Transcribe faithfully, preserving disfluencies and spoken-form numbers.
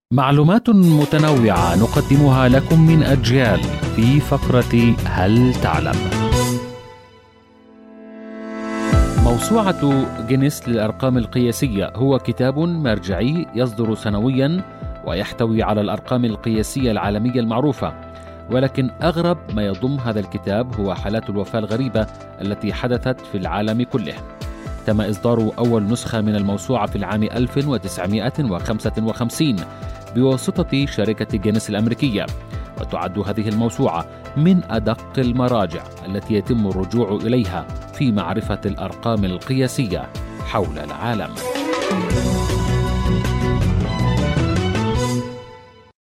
معلومات متنوعة نقدمها لكم من أجيال في فقرة هل تعلم؟ موسوعة جينيس للأرقام القياسية هو كتاب مرجعي يصدر سنوياً ويحتوي على الأرقام القياسية العالمية المعروفة، ولكن أغرب ما يضم هذا الكتاب هو حالات الوفاة الغريبة التي حدثت في العالم كله. تم إصدار أول نسخة من الموسوعة في العام ألف وتسعمائة وخمسة وخمسين بواسطة شركة جينيس الأمريكية، وتعد هذه الموسوعة من أدق المراجع التي يتم الرجوع إليها في معرفة الأرقام القياسية حول العالم.